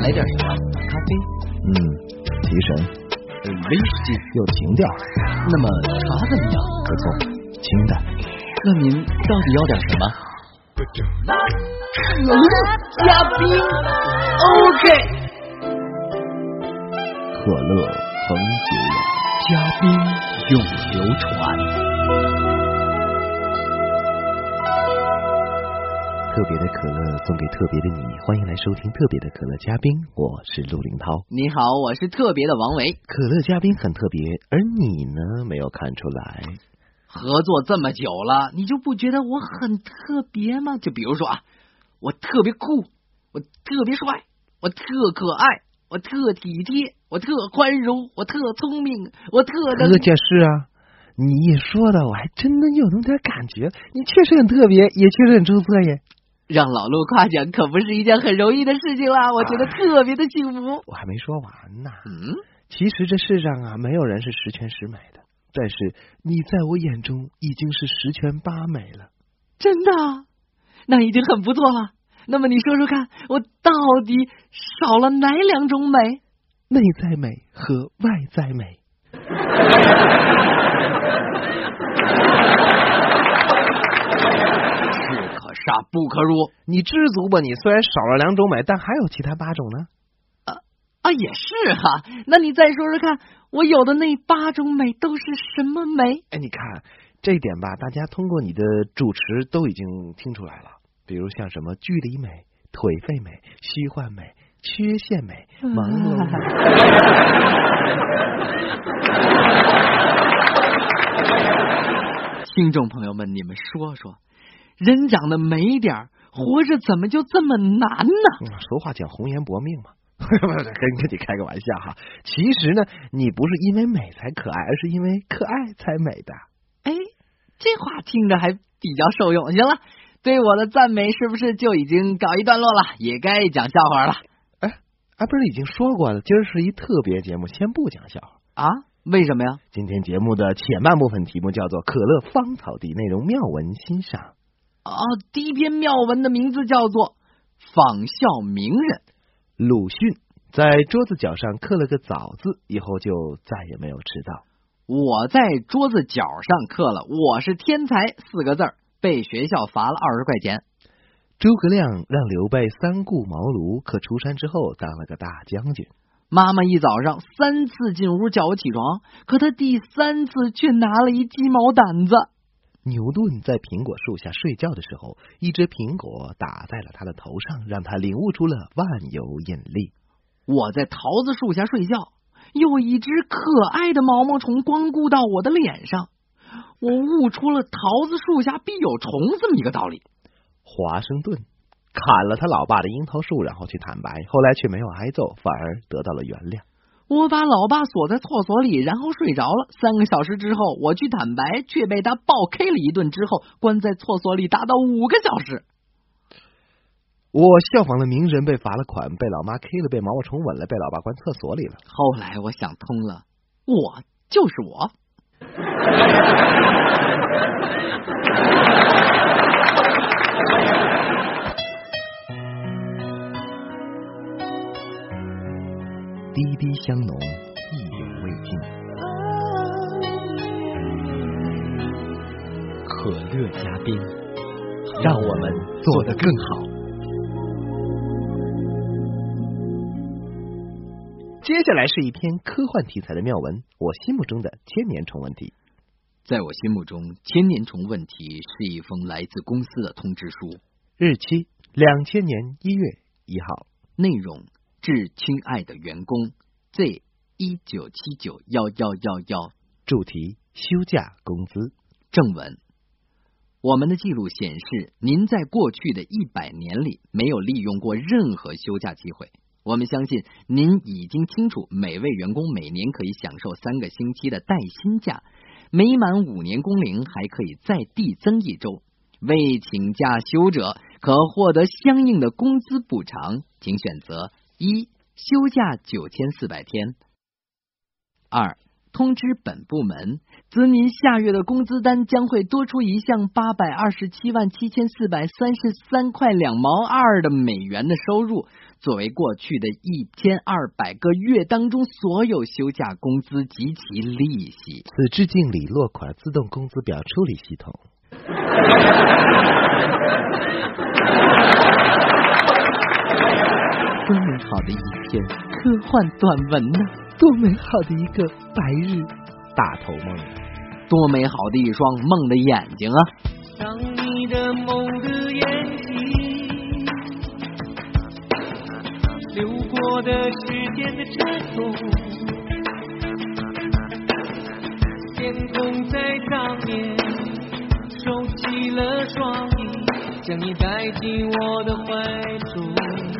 来点什么？咖啡？ 提神。 威士忌有情调。 那么茶怎么样？ 不错，清淡。 那您到底要点什么？可乐加冰。OK。 可乐恒久远， 加冰永流传。 特别的可乐送给特别的你，欢迎来收听特别的可乐加冰，我是陆林涛。 你好，我是特别的王维。 可乐加冰很特别，而你呢，没有看出来。 合作这么久了，你就不觉得我很特别吗？就比如说啊，我特别酷，我特别帅，我特可爱，我特体贴，我特宽容，我特聪明，我特的。 这件事啊，你一说的我还真的有那么点感觉，你确实很特别，也确实很出色耶。 让老陆夸奖可不是一件很容易的事情啦，我觉得特别的幸福。 我还没说完呢。其实这世上啊，没有人是十全十美的，但是你在我眼中已经是十全八美了。 真的？那已经很不错了。那么你说说看，我到底少了哪两种美？ 内在美和外在美。 杀不可辱， 你知足吧？你虽然少了两种美，但还有其他8种呢。 也是哈。那你再说说看，我有的那8种美都是什么美？ 你看这一点吧，大家通过你的主持都已经听出来了。比如像什么距离美、颓废美、虚幻美、缺陷美、朦胧美。听众朋友们，你们说说。人长得美一点，活着怎么就这么难呢？ 俗话讲红颜薄命嘛。跟你开个玩笑哈。其实呢，你不是因为美才可爱，而是因为可爱才美的。 这话听着还比较受用。行了，对我的赞美是不是就已经告一段落了？也该讲笑话了。 不是已经说过了，今儿是一特别节目，先不讲笑话啊？为什么呀？ 今天节目的前半部分题目叫做可乐芳草地，内容妙文欣赏。 第一篇妙文的名字叫做仿效名人。 鲁迅在桌子角上刻了个枣字，以后就再也没有迟到。 我在桌子角上刻了我是天才4个字，被学校罚了20块钱。 诸葛亮让刘备3顾茅庐，可出山之后当了个大将军。 妈妈一早上3次进屋叫我起床，可他第3次却拿了一鸡毛掸子。 牛顿在苹果树下睡觉的时候，一只苹果打在了他的头上，让他领悟出了万有引力。 我在桃子树下睡觉，有一只可爱的毛毛虫光顾到我的脸上，我悟出了桃子树下必有虫这么一个道理。 华盛顿砍了他老爸的樱桃树，然后去坦白，后来却没有挨揍，反而得到了原谅。 我把老爸锁在厕所里，然后睡着了。3个小时之后，我去坦白，却被他暴 K 了一顿，之后关在厕所里达到5个小时。 我效仿了名人，被罚了款，被老妈 K 了，被毛毛虫吻了，被老爸关厕所里了。 后来我想通了，我就是我。 滴滴香浓，意犹未尽。 可乐加冰，让我们做得更好。 接下来是一篇科幻题材的妙文，我心目中的千年虫问题。 在我心目中，千年虫问题是一封来自公司的通知书， 日期2000年1月1号， 内容致亲爱的员工 Z197911111， 主题休假工资。 正文：我们的记录显示，您在过去的100年里没有利用过任何休假机会。我们相信您已经清楚，每位员工每年可以享受3个星期的带薪假，每满5年工龄还可以再递增1周。未请假休者可获得相应的工资补偿，请选择1休假9400天。2通知本部门，自您下月的工资单将会多出一项8277433块2毛2的美元的收入， 作为过去的1200个月当中所有休假工资及其利息。 此致敬礼落款自动工资表处理系统。 多美好的一篇科幻短文呢！ 多美好的一个白日大头梦， 多美好的一双梦的眼睛啊！ 当你的梦的眼睛流过的时间的沉重，天空在上面收起了双翼，将你带进我的怀中。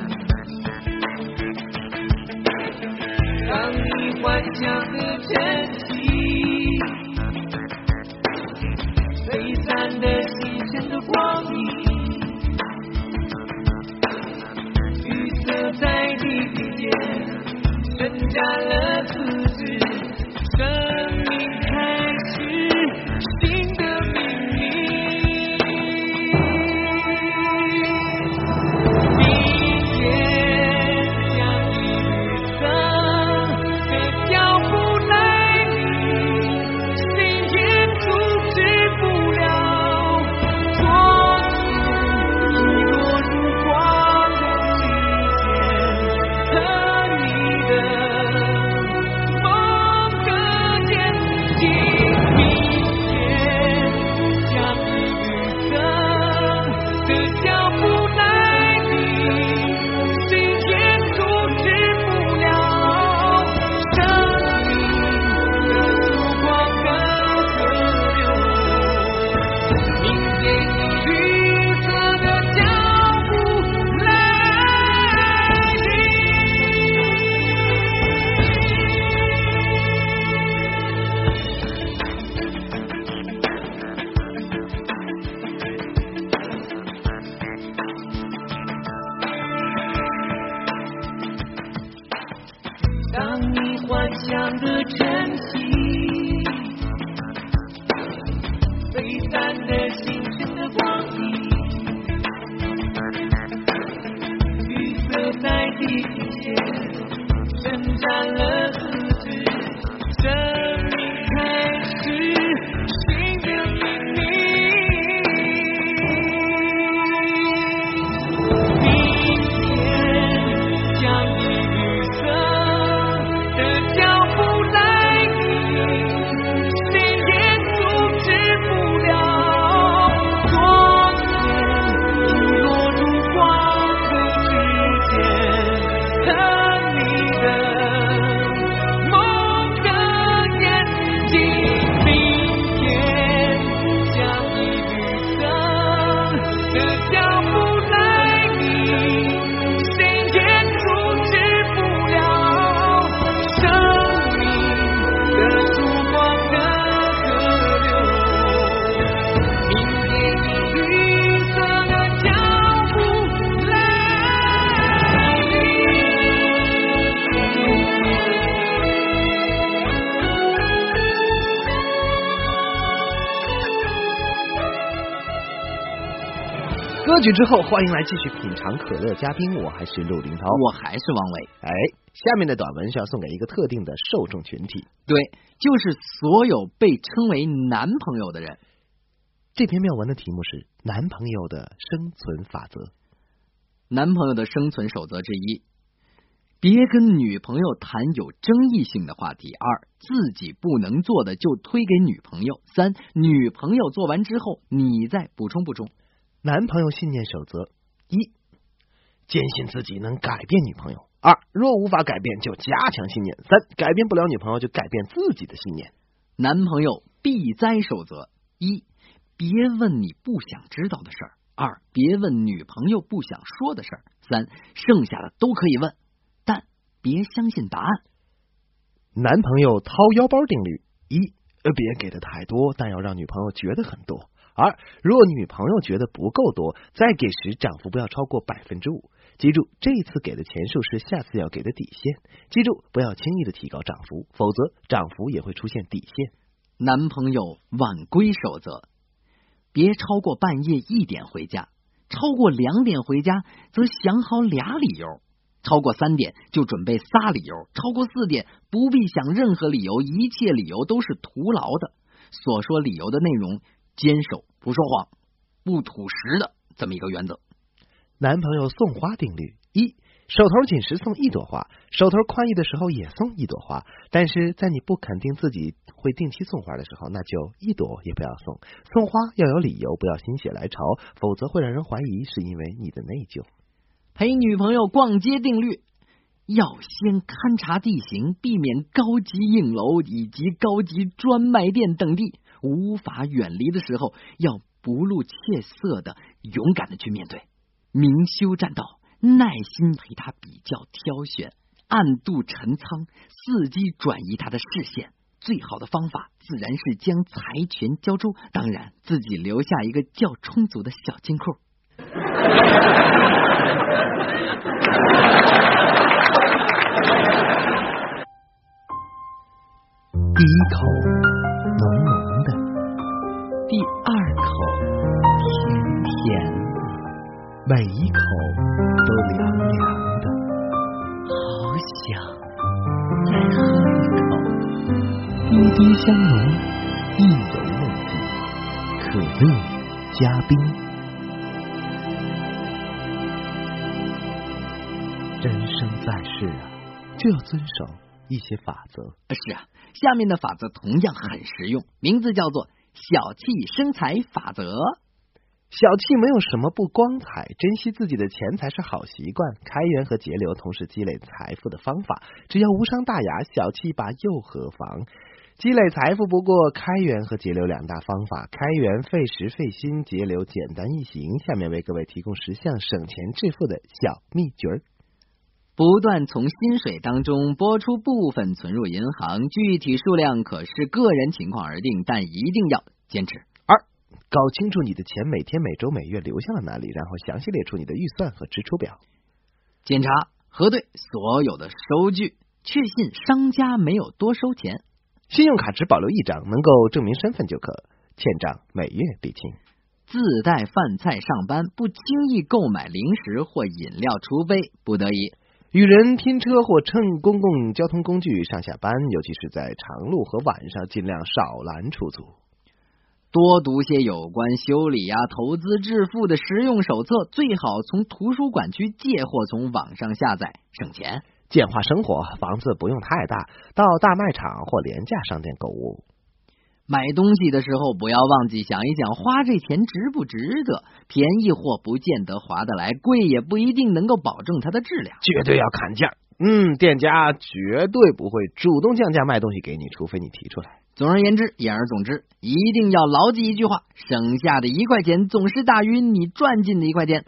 当你幻想的晨曦飞散的星辰的光影，绿色在地平间伸展了四肢，生命开始新的命运。明天将以绿色的脚步来临，谁也阻止不了昨天遗落如光的时间和你的梦的眼睛。明天将以绿色的脚步来临，谁也阻止不了生命的曙光和河流。明天以绿色的脚步来当你幻想的晨曦飞散的星辰的光影，绿色在地平线伸展了四肢，生命开始新的命运。明天将以绿色的脚步来临，谁也阻止不了昨天遗落如光的时间和你的梦的眼睛。明天将以绿色的脚步来临，谁也阻止不了生命的曙光和河流。明天以绿色的脚步来歌曲之后，欢迎来继续品尝可乐嘉宾，我还是陆林涛， 我还是王伟。 哎，下面的短文是要送给一个特定的受众群体， 对，就是所有被称为男朋友的人。 这篇妙文的题目是男朋友的生存法则。 男朋友的生存守则之一，别跟女朋友谈有争议性的话题。2，自己不能做的就推给女朋友。3，女朋友做完之后你再补充补充。 男朋友信念守则： 1，坚信自己能改变女朋友。2，若无法改变就加强信念。3，改变不了女朋友就改变自己的信念。 男朋友避灾守则： 1，别问你不想知道的事儿。2，别问女朋友不想说的事儿。3，剩下的都可以问，但别相信答案。 男朋友掏腰包定律： 1，别给的太多，但要让女朋友觉得很多。2，若女朋友觉得不够多，再给时涨幅不要超过 5%。 记住，这一次给的钱数是下次要给的底线。记住，不要轻易的提高涨幅，否则涨幅也会出现底线。 男朋友晚归守则：别超过半夜1点回家，超过2点回家则想好俩理由。 超过3点就准备撒理由，超过4点不必想任何理由，一切理由都是徒劳的。所说理由的内容，坚守不说谎、不吐实的这么一个原则。 男朋友送花定律：1，手头紧时送1朵花，手头宽裕的时候也送1朵花，但是在你不肯定自己会定期送花的时候，那就1朵也不要送。送花要有理由，不要心血来潮，否则会让人怀疑是因为你的内疚。 陪女朋友逛街定律：要先勘察地形，避免高级影楼以及高级专卖店等地，无法远离的时候，要不露怯色的勇敢的去面对，明修栈道，耐心陪他比较挑选，暗度陈仓，伺机转移他的视线。最好的方法自然是将财权交出，当然自己留下一个较充足的小金库。 第1口浓浓的， 第2口甜甜的， 每一口都凉凉的， 好想再喝一口。 滴滴香浓，意犹未尽，可乐加冰。人生在世啊，就要遵守一些法则。 是啊，下面的法则同样很实用，名字叫做小气生财法则。 小气没有什么不光彩，珍惜自己的钱财是好习惯，开源和节流同时积累财富的方法，只要无伤大雅，小气吧又何妨？积累财富不过开源和节流2大方法，开源费时费心，节流简单易行。下面为各位提供10项省钱致富的小秘诀。 不断从薪水当中拨出部分存入银行，具体数量可视个人情况而定，但一定要坚持。 2，搞清楚你的钱每天、每周、每月流向了哪里，然后详细列出你的预算和支出表。 检查核对所有的收据，确信商家没有多收钱。 信用卡只保留1张，能够证明身份就可，欠账每月必清。 自带饭菜上班，不轻易购买零食或饮料，除非不得已。 与人拼车或乘公共交通工具上下班，尤其是在长路和晚上，尽量少拦出租。 多读些有关修理投资致富的实用手册，最好从图书馆区借或从网上下载，省钱。 简化生活，房子不用太大，到大卖场或廉价商店购物。 买东西的时候不要忘记想一想，花这钱值不值得？便宜货不见得划得来，贵也不一定能够保证它的质量。 绝对要砍价，店家绝对不会主动降价卖东西给你，除非你提出来。 总而言之，言而总之，一定要牢记一句话：省下的1块钱总是大于你赚进的1块钱。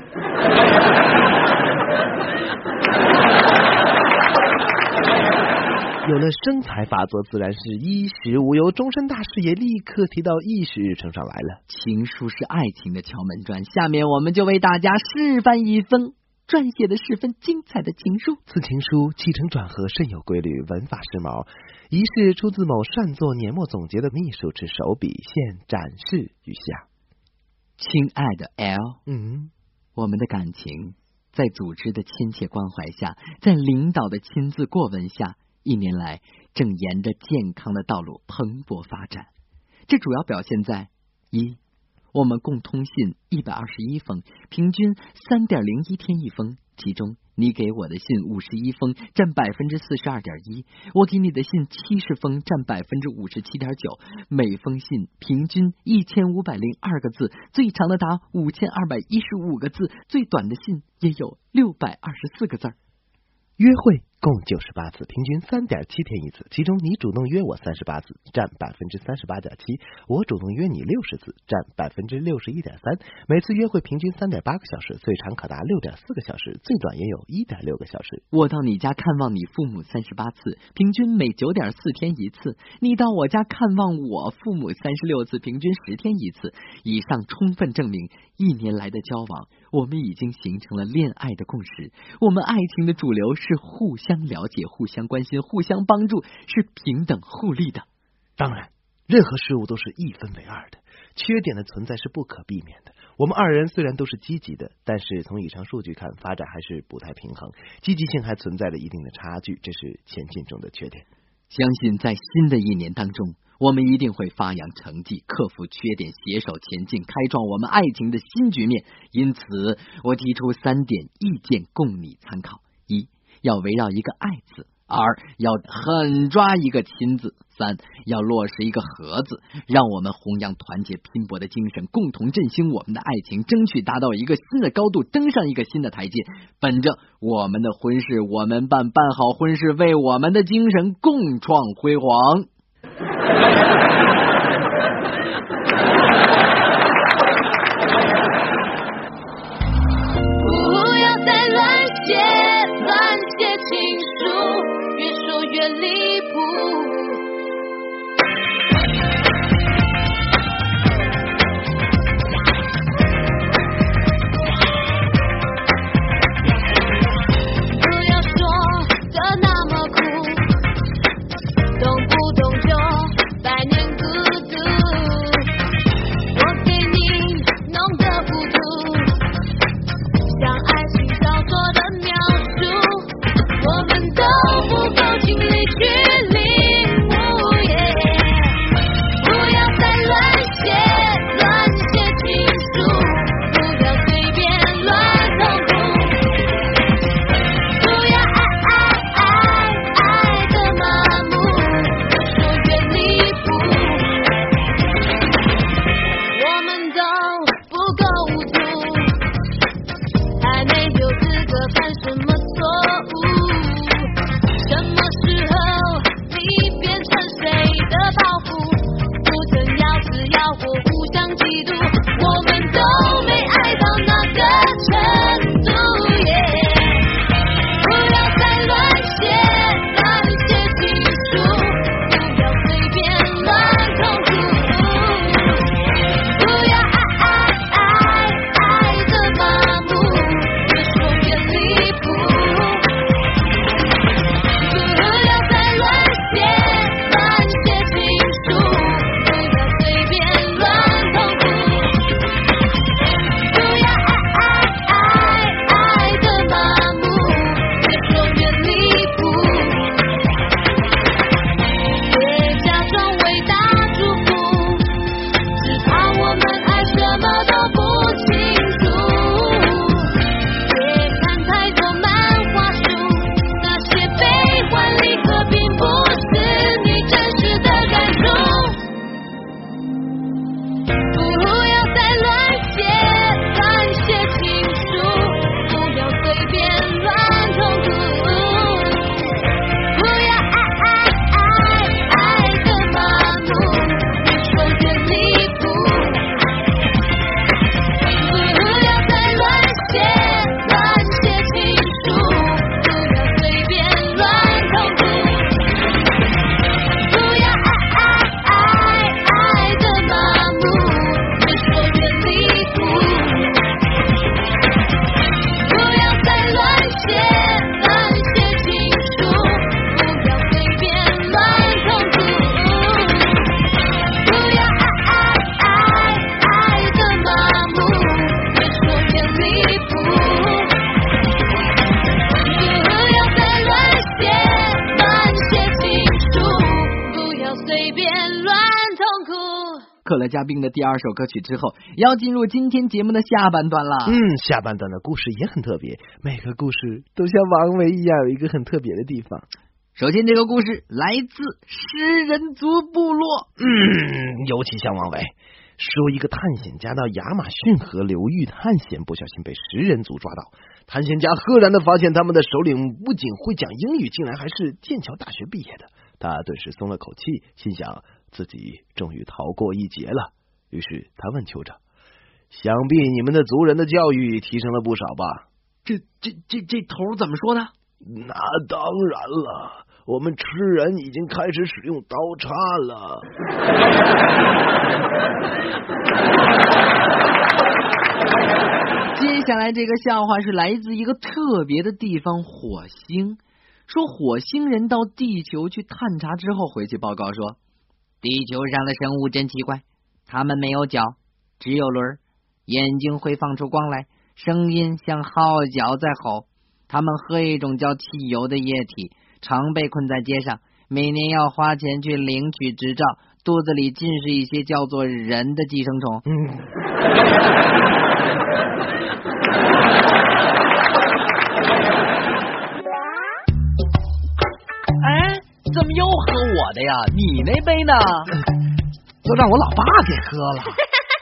有了生财法则，自然是衣食无忧，终身大事也立刻提到议事日程上来了。 情书是爱情的敲门砖，下面我们就为大家示范一封撰写的十分精彩的情书。 此情书起承转合甚有规律，文法时髦，疑是出自某擅作年末总结的秘书之手笔，现展示于下。 亲爱的 L， 我们的感情在组织的亲切关怀下，在领导的亲自过问下，1年来正沿着健康的道路蓬勃发展。这主要表现在1，我们共通信121封，平均3.01天1封，其中你给我的信51封，占42.1%，我给你的信70封，占57.9%，每封信平均1502个字，最长的达5215个字，最短的信也有624个字。 约会共98次，平均3.7天1次，其中你主动约我38次，占38.7%，我主动约你60次，占61.3%。每次约会平均3.8个小时，最长可达6.4个小时，最短也有1.6个小时。 我到你家看望你父母38次，平均每9.4天1次；你到我家看望我父母36次，平均10天1次。以上充分证明，1年来的交往，我们已经形成了恋爱的共识。我们爱情的主流是互相了解、互相关心、互相帮助，是平等互利的。 当然，任何事物都是1分为2的， 缺点的存在是不可避免的。我们二人虽然都是积极的，但是从以上数据看，发展还是不太平衡，积极性还存在着一定的差距，这是前进中的缺点。 相信在新的一年当中，我们一定会发扬成绩，克服缺点，携手前进，开创我们爱情的新局面。因此，我提出3点意见供你参考：一，要围绕一个爱字；二，要狠抓一个亲字；三，要落实一个和字。让我们弘扬团结拼搏的精神，共同振兴我们的爱情，争取达到一个新的高度，登上一个新的台阶。本着我们的婚事我们办，办好婚事为我们的精神共创辉煌。 不要再乱写情书，越说越离谱。不要说的那么苦，动不动就百年孤独。我给你弄得糊涂，像爱情小说的描述，我们都不够尽力去领悟。不要再乱写情书，不要随便乱痛苦，不要爱的麻木，越说越离谱。我们都不够无助，还没有资格犯什么错误。什么时候你变成谁的包袱？不曾要死要活，互相嫉妒，我们都没爱到那个程度。不要再乱写情书，不要随便乱痛苦，不要爱的麻木，越说越离谱。不要再乱写情书，不要随便乱痛苦，不要爱的麻木，越说越离谱。别假装伟大祝福，只怕我们爱什么都不清楚。别看太多漫画书，那些悲欢离合并不是你真实的感触。不要再乱写情书，不要随便乱痛苦，不要爱的麻木，越说越离谱。不要再乱写情书，不要随便乱痛苦，不要爱的麻木，越说越离谱。不要再乱写情书，不要随便乱痛苦，不要爱的麻木，越说越离谱。不要再乱写情书，不要随便乱痛苦。 可乐嘉宾的第2首歌曲之后，要进入今天节目的下半段啦。 下半段的故事也很特别，每个故事都像王维一样有一个很特别的地方。 首先，这个故事来自食人族部落。 尤其像王维说，一个探险家到亚马逊河流域探险，不小心被食人族抓到。探险家赫然的发现，他们的首领不仅会讲英语，竟然还是剑桥大学毕业的。他顿时松了口气，心想自己终于逃过一劫了。于是他问酋长：“想必你们的族人的教育提升了不少吧？” 这头怎么说的？ 那当然了，我们吃人已经开始使用刀叉了。 接下来这个笑话是来自一个特别的地方——火星。说火星人到地球去探查之后，回去报告说，地球上的生物真奇怪， 它们没有脚，只有轮，眼睛会放出光来，声音像号角在吼。它们喝一种叫汽油的液体，常被困在街上，每年要花钱去领取执照，肚子里尽是一些叫做人的寄生虫。哎，怎么又喝我的呀？你那杯呢？ 都让我老爸给喝了。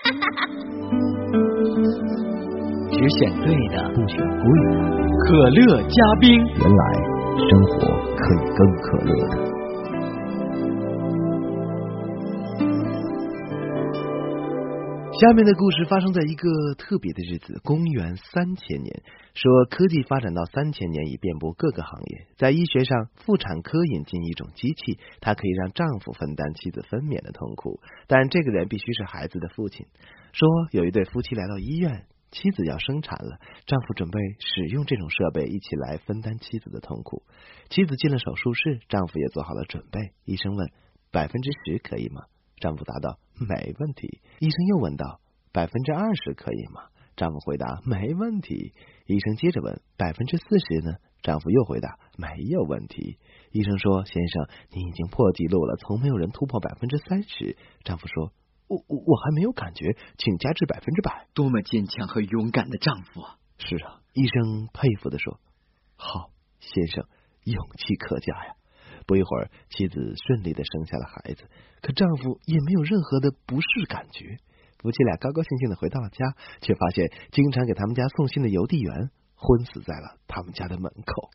只选对的， 不选贵的。 可乐加冰。 原来生活可以更可乐的。下面的故事发生在一个特别的日子，公元3000年。说科技发展到3000年，已遍布各个行业。在医学上，妇产科引进一种机器，它可以让丈夫分担妻子分娩的痛苦，但这个人必须是孩子的父亲。说有一对夫妻来到医院，妻子要生产了，丈夫准备使用这种设备一起来分担妻子的痛苦。妻子进了手术室，丈夫也做好了准备。医生问10%可以吗？丈夫答道没问题。医生又问道20%可以吗？丈夫回答没问题。医生接着问40%呢？丈夫又回答没有问题。医生说先生，你已经破纪录了，从没有人突破30%。丈夫说我还没有感觉，请加至100%。 多么坚强和勇敢的丈夫啊！ 是啊，医生佩服地说，好，先生，勇气可嘉呀。不一会儿，妻子顺利地生下了孩子，可丈夫也没有任何的不适感觉。夫妻俩高高兴兴地回到了家，却发现经常给他们家送信的邮递员昏死在了他们家的门口。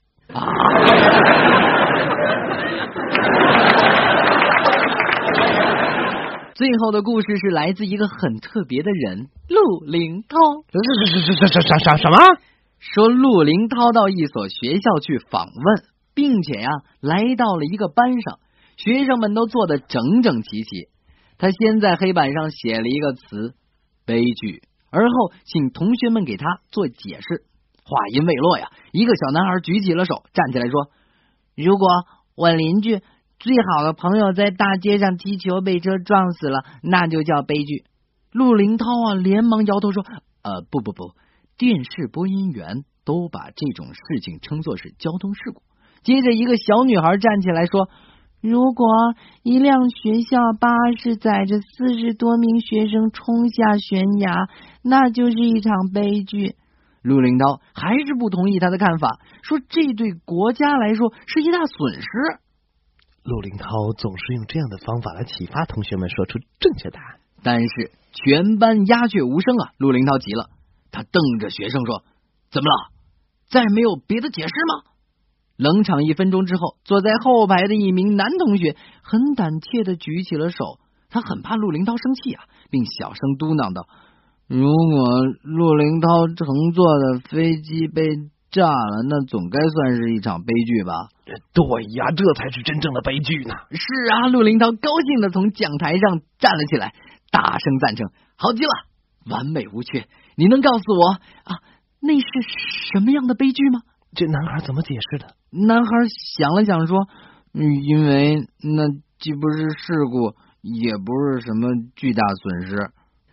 最后的故事是来自一个很特别的人，陆林涛。 什么？ 说陆林涛到一所学校去访问，并且来到了一个班上，学生们都坐得整整齐齐。他先在黑板上写了一个词悲剧，而后请同学们给他做解释。话音未落一个小男孩举起了手，站起来说，如果我邻居最好的朋友在大街上踢球被车撞死了，那就叫悲剧。陆林涛连忙摇头说，不，电视播音员都把这种事情称作是交通事故。接着一个小女孩站起来说，如果一辆学校巴士载着40多名学生冲下悬崖，那就是一场悲剧。陆林涛还是不同意他的看法，说这对国家来说是一大损失。 陆林涛总是用这样的方法来启发同学们说出正确答案， 但是全班鸦雀无声陆林涛急了，他瞪着学生说，怎么了？再没有别的解释吗？冷场1分钟之后，坐在后排的一名男同学很胆怯地举起了手，他很怕陆林涛生气并小声嘟囔道，如果陆林涛乘坐的飞机被炸了，那总该算是一场悲剧吧？ 对呀，这才是真正的悲剧呢。 是陆林涛高兴地从讲台上站了起来，大声赞成，好极了，完美无缺。你能告诉我那是什么样的悲剧吗？ 这男孩怎么解释的？ 男孩想了想说，因为那既不是事故，也不是什么巨大损失。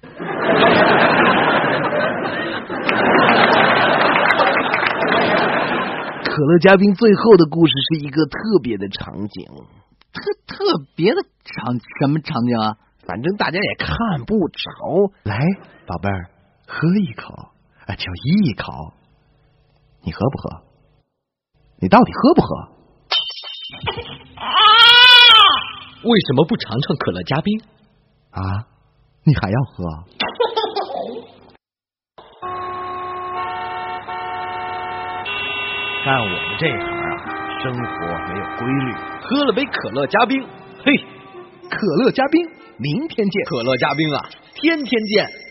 可乐嘉宾最后的故事是一个特别的场景。 特别的什么场景反正大家也看不着。来，宝贝儿，喝一口就一口。你喝不喝？你到底喝不喝？ 为什么不尝尝可乐嘉宾你还要喝？干我们这行生活没有规律。 喝了杯可乐嘉宾，嘿， 可乐嘉宾，明天见。 可乐嘉宾天天见。